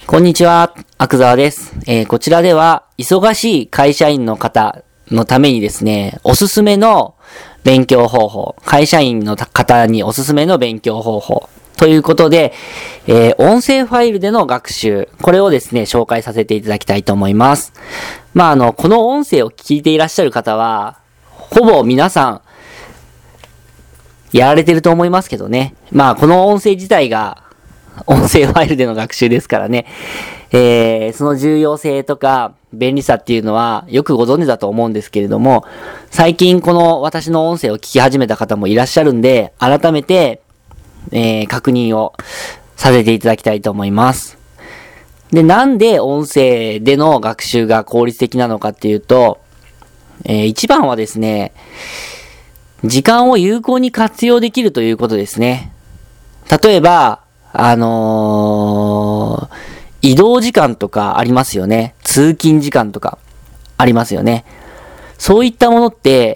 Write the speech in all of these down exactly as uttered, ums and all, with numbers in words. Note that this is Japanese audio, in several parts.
こんにちは、阿久澤です。えー、こちらでは、忙しい会社員の方のためにですね、おすすめの勉強方法、会社員の方におすすめの勉強方法、ということで、えー、音声ファイルでの学習、これをですね、紹介させていただきたいと思います。まあ、あの、この音声を聞いていらっしゃる方は、ほぼ皆さん、やられてると思いますけどね。まあ、この音声自体が、音声ファイルでの学習ですからね。えー、その重要性とか便利さっていうのはよくご存知だと思うんですけれども、最近この私の音声を聞き始めた方もいらっしゃるんで、改めて、えー、確認をさせていただきたいと思います。で、なんで音声での学習が効率的なのかっていうと、えー、一番はですね、時間を有効に活用できるということですね。例えば、あのー、移動時間とかありますよね。通勤時間とかありますよね。そういったものって、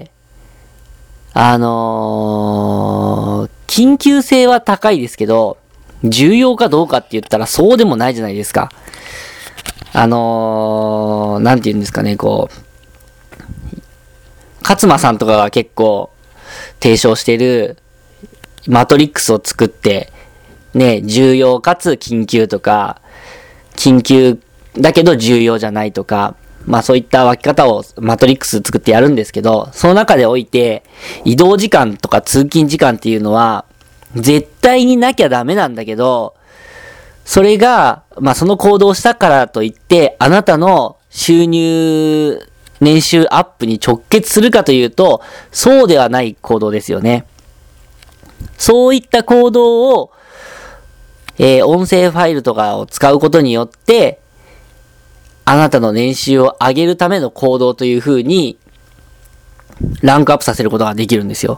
あのー、緊急性は高いですけど、重要かどうかって言ったらそうでもないじゃないですか。あのー、なんて言うんですかね、こう、勝間さんとかが結構提唱しているマトリックスを作って、ね、重要かつ緊急とか、緊急だけど重要じゃないとか、まあそういった分け方をマトリックス作ってやるんですけど、その中でおいて、移動時間とか通勤時間っていうのは、絶対になきゃダメなんだけど、それが、まあその行動をしたからといって、あなたの収入、年収アップに直結するかというと、そうではない行動ですよね。そういった行動を、えー、音声ファイルとかを使うことによって、あなたの年収を上げるための行動という風に、ランクアップさせることができるんですよ。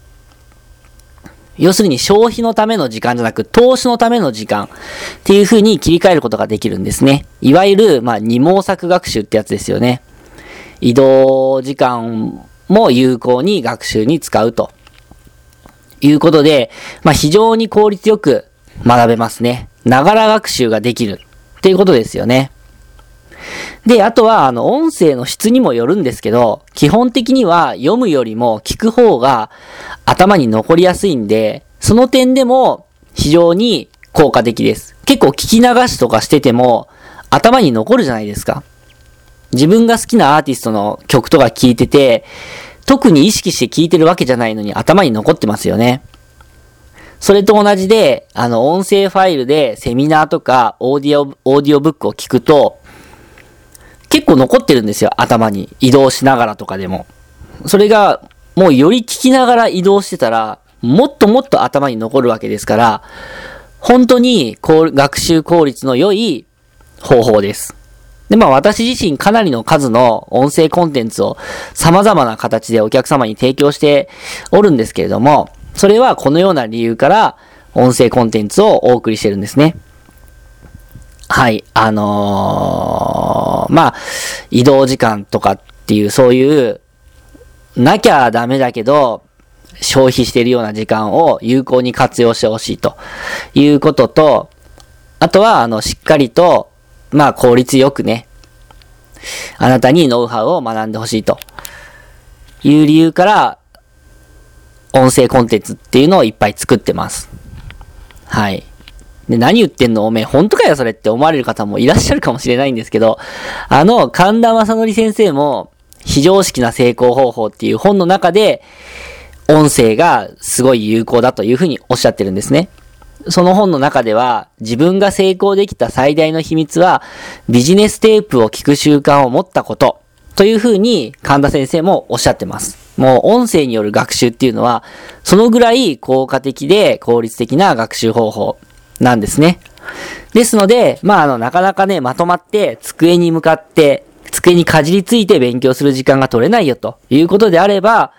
要するに消費のための時間じゃなく、投資のための時間っていう風に切り替えることができるんですね。いわゆる、まあ、二毛作学習ってやつですよね。移動時間も有効に学習に使うということで、まあ、非常に効率よく学べますね。ながら学習ができるっていうことですよね。で、あとは、あの、音声の質にもよるんですけど、基本的には読むよりも聞く方が頭に残りやすいんで、その点でも非常に効果的です。結構聞き流しとかしてても頭に残るじゃないですか。自分が好きなアーティストの曲とか聞いてて、特に意識して聞いてるわけじゃないのに頭に残ってますよね。それと同じで、あの、音声ファイルでセミナーとかオーディオ、オーディオブックを聞くと、結構残ってるんですよ、頭に。移動しながらとかでも。それが、もうより聞きながら移動してたら、もっともっと頭に残るわけですから、本当に学習効率の良い方法です。で、まあ私自身かなりの数の音声コンテンツを様々な形でお客様に提供しておるんですけれども、それはこのような理由から音声コンテンツをお送りしてるんですね。はい。あのー、まあ、移動時間とかっていうそういうなきゃダメだけど消費しているような時間を有効に活用してほしいということと、あとはあのしっかりとまあ効率よくね、あなたにノウハウを学んでほしいという理由から音声コンテンツっていうのをいっぱい作ってます。はい。で、何言ってんのおめえ、本当かよそれって思われる方もいらっしゃるかもしれないんですけど、あの、神田正則先生も、非常識な成功方法っていう本の中で、音声がすごい有効だというふうにおっしゃってるんですね。その本の中では、自分が成功できた最大の秘密は、ビジネステープを聞く習慣を持ったこと、というふうに神田先生もおっしゃってます。もう音声による学習っていうのは、そのぐらい効果的で効率的な学習方法なんですね。ですので、まあ、あの、なかなかね、まとまって机に向かって、机にかじりついて勉強する時間が取れないよということであれば、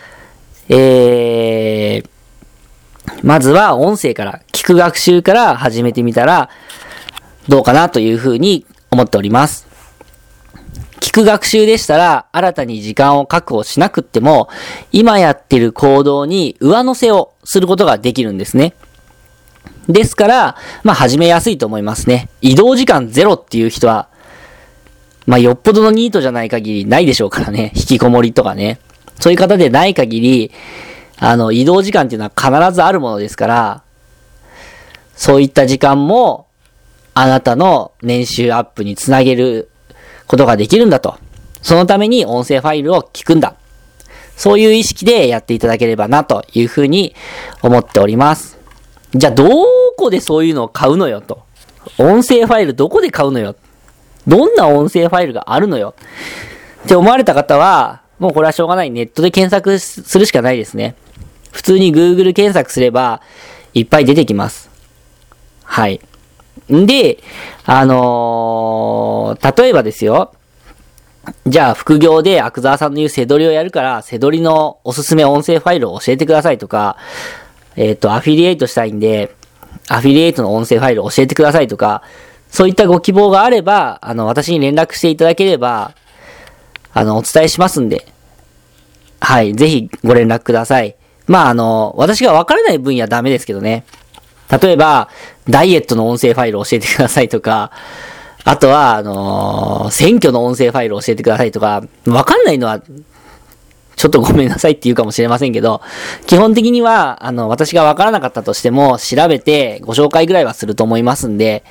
えー、まずは音声から、聞く学習から始めてみたら、どうかなというふうに思っております。聞く学習でしたら、新たに時間を確保しなくっても、今やってる行動に上乗せをすることができるんですね。 ですから、まあ始めやすいと思いますね。移動時間ゼロっていう人は、まあよっぽどのニートじゃない限りないでしょうからね。引きこもりとかね。そういう方でない限り、あの、移動時間っていうのは必ずあるものですから、そういった時間も、あなたの年収アップにつなげることができるんだと。そのために音声ファイルを聞くんだ。そういう意識でやっていただければなというふうに思っております。じゃあどこでそういうのを買うのよと。音声ファイルどこで買うのよ。どんな音声ファイルがあるのよ。って思われた方は、もうこれはしょうがない。ネットで検索するしかないですね。普通に Google 検索すればいっぱい出てきます。はい。んで、あのー、例えばですよ。じゃあ副業で阿久澤さんの言う背取りをやるから、背取りのおすすめ音声ファイルを教えてくださいとか、えっと、アフィリエイトしたいんで、アフィリエイトの音声ファイルを教えてくださいとか、そういったご希望があれば、あの、私に連絡していただければ、あの、お伝えしますんで、はい、ぜひご連絡ください。まあ、あの、私がわからない分野はダメですけどね。例えば、ダイエットの音声ファイルを教えてくださいとか、あとは、あのー、選挙の音声ファイルを教えてくださいとか、わかんないのは、ちょっとごめんなさいって言うかもしれませんけど、基本的には、あの、私がわからなかったとしても、調べてご紹介ぐらいはすると思いますんで、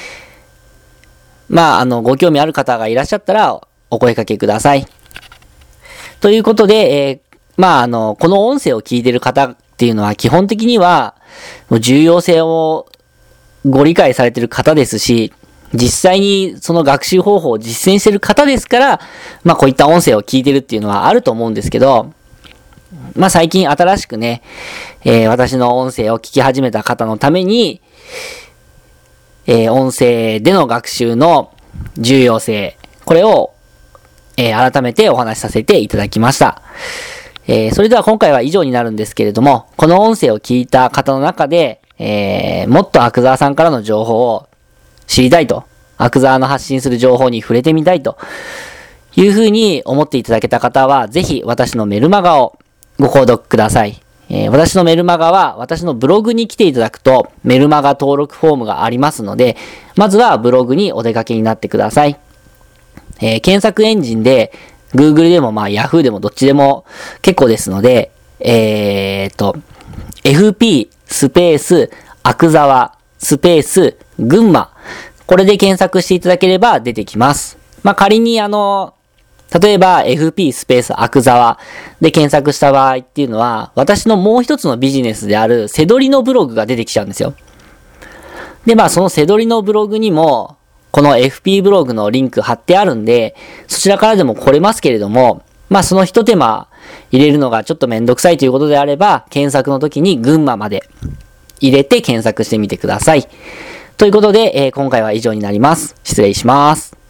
まあ、あの、ご興味ある方がいらっしゃったら、お声掛けください。ということで、えー、まあ、あの、この音声を聞いている方っていうのは、基本的には、重要性をご理解されている方ですし、実際にその学習方法を実践している方ですから、まあこういった音声を聞いてるっていうのはあると思うんですけど、まあ最近新しくね、えー、私の音声を聞き始めた方のために、えー、音声での学習の重要性、これを、えー、改めてお話しさせていただきました。えー、それでは今回は以上になるんですけれども、この音声を聞いた方の中で、えー、もっと阿久澤さんからの情報を知りたいと、阿久澤の発信する情報に触れてみたいというふうに思っていただけた方は、ぜひ私のメルマガをご購読ください。えー、私のメルマガは私のブログに来ていただくとメルマガ登録フォームがありますので、まずはブログにお出かけになってください。えー、検索エンジンで Google でもまあ Yahoo でもどっちでも結構ですので、えーと、エフピー スペース阿久澤スペース群馬、これで検索していただければ出てきます。まあ、仮にあの、例えば エフピー スペース阿久澤で検索した場合っていうのは、私のもう一つのビジネスである背取りのブログが出てきちゃうんですよ。で、まあその背取りのブログにも、この エフピー ブログのリンク貼ってあるんで、そちらからでも来れますけれども、まあその一手間入れるのがちょっとめんどくさいということであれば、検索の時に群馬まで入れて検索してみてください。ということで、えー、今回は以上になります。失礼します。